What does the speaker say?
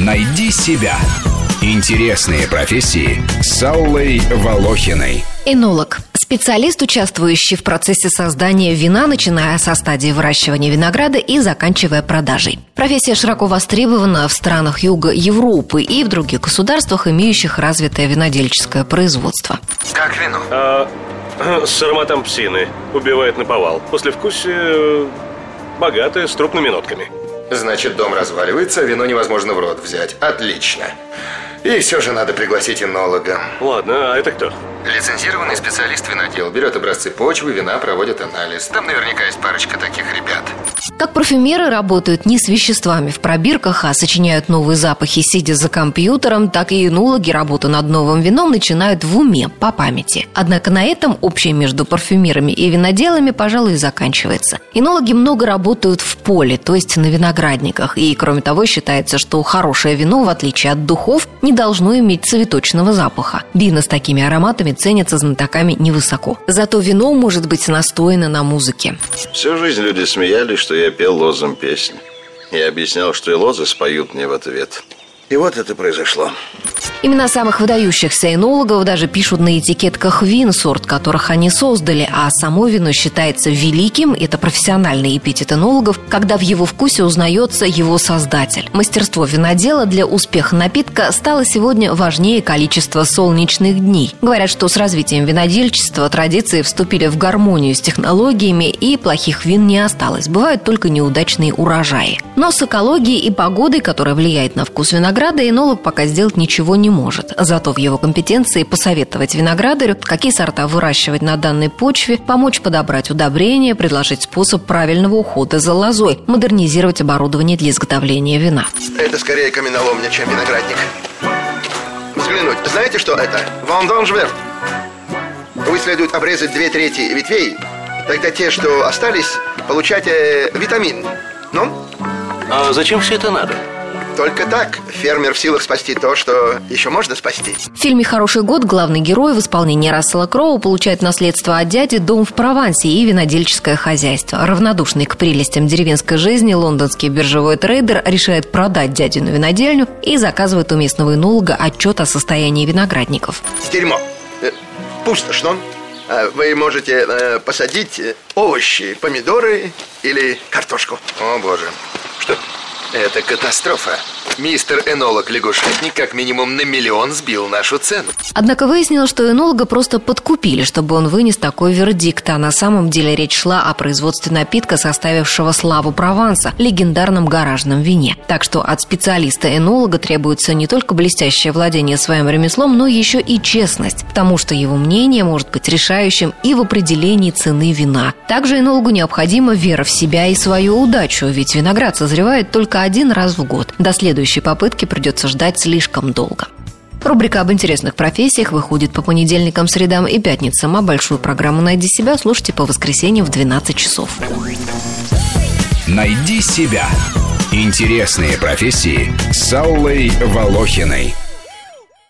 Найди себя. Интересные профессии с Аллой Волохиной. Энолог – специалист, участвующий в процессе создания вина, начиная со стадии выращивания винограда и заканчивая продажей. Профессия широко востребована в странах Юга Европы и в других государствах, имеющих развитое винодельческое производство. Как вино? С ароматом псины. Убивает наповал. Послевкусие богатое, с трупными нотками. Значит, дом разваливается, а вино невозможно в рот взять. Отлично. И все же надо пригласить энолога. Ладно, а это кто? Лицензированный специалист-винодел. Берет образцы почвы, вина, проводит анализ. Там наверняка есть парочка таких ребят. Как парфюмеры работают не с веществами в пробирках, а сочиняют новые запахи, сидя за компьютером, так и энологи работу над новым вином начинают в уме, по памяти. Однако на этом общее между парфюмерами и виноделами, пожалуй, и заканчивается. Энологи много работают в поле, то есть на виноградниках. И, кроме того, считается, что хорошее вино, в отличие от духов, не должно иметь цветочного запаха. Вина с такими ароматами ценятся знатоками невысоко. Зато вино может быть настояно на музыке. Всю жизнь люди смеялись, что я пел лозам песни. Я объяснял, что и лозы споют мне в ответ. И вот это произошло. Имена самых выдающихся энологов даже пишут на этикетках вин, сорт которых они создали, а само вино считается великим, это профессиональный эпитет энологов, когда в его вкусе узнается его создатель. Мастерство винодела для успеха напитка стало сегодня важнее количества солнечных дней. Говорят, что с развитием винодельчества традиции вступили в гармонию с технологиями, и плохих вин не осталось. Бывают только неудачные урожаи. Но с экологией и погодой, которая влияет на вкус винограда, энолог пока сделать ничего не может. Зато в его компетенции посоветовать виноградарю, какие сорта выращивать на данной почве, помочь подобрать удобрения, предложить способ правильного ухода за лозой, модернизировать оборудование для изготовления вина. Это скорее каменоломня, чем виноградник. Взглянуть. Знаете, что это? Вандонжверт. Вы следует обрезать 2/3 ветвей, тогда те, что остались, получаете витамин. Ну? А зачем все это надо? Только так фермер в силах спасти то, что еще можно спасти. В фильме «Хороший год» главный герой в исполнении Рассела Кроу получает наследство от дяди, дом в Провансе и винодельческое хозяйство. Равнодушный к прелестям деревенской жизни, лондонский биржевой трейдер решает продать дядину винодельню и заказывает у местного энолога отчет о состоянии виноградников. Дерьмо. Пустошь, но вы можете посадить овощи, помидоры или картошку. О, боже. Что? Это катастрофа. Мистер энолог-лягушатник как минимум на 1 миллион сбил нашу цену. Однако выяснилось, что энолога просто подкупили, чтобы он вынес такой вердикт. А на самом деле речь шла о производстве напитка, составившего славу Прованса, легендарном гаражном вине. Так что от специалиста-энолога требуется не только блестящее владение своим ремеслом, но еще и честность, потому что его мнение может быть решающим и в определении цены вина. Также энологу необходима вера в себя и свою удачу, ведь виноград созревает только 1 раз в год. До следующей попытки придется ждать слишком долго. Рубрика об интересных профессиях выходит по понедельникам, средам и пятницам, а большую программу «Найди себя» слушайте по воскресеньям в 12 часов. Найди себя. Интересные профессии с Аллой Волохиной.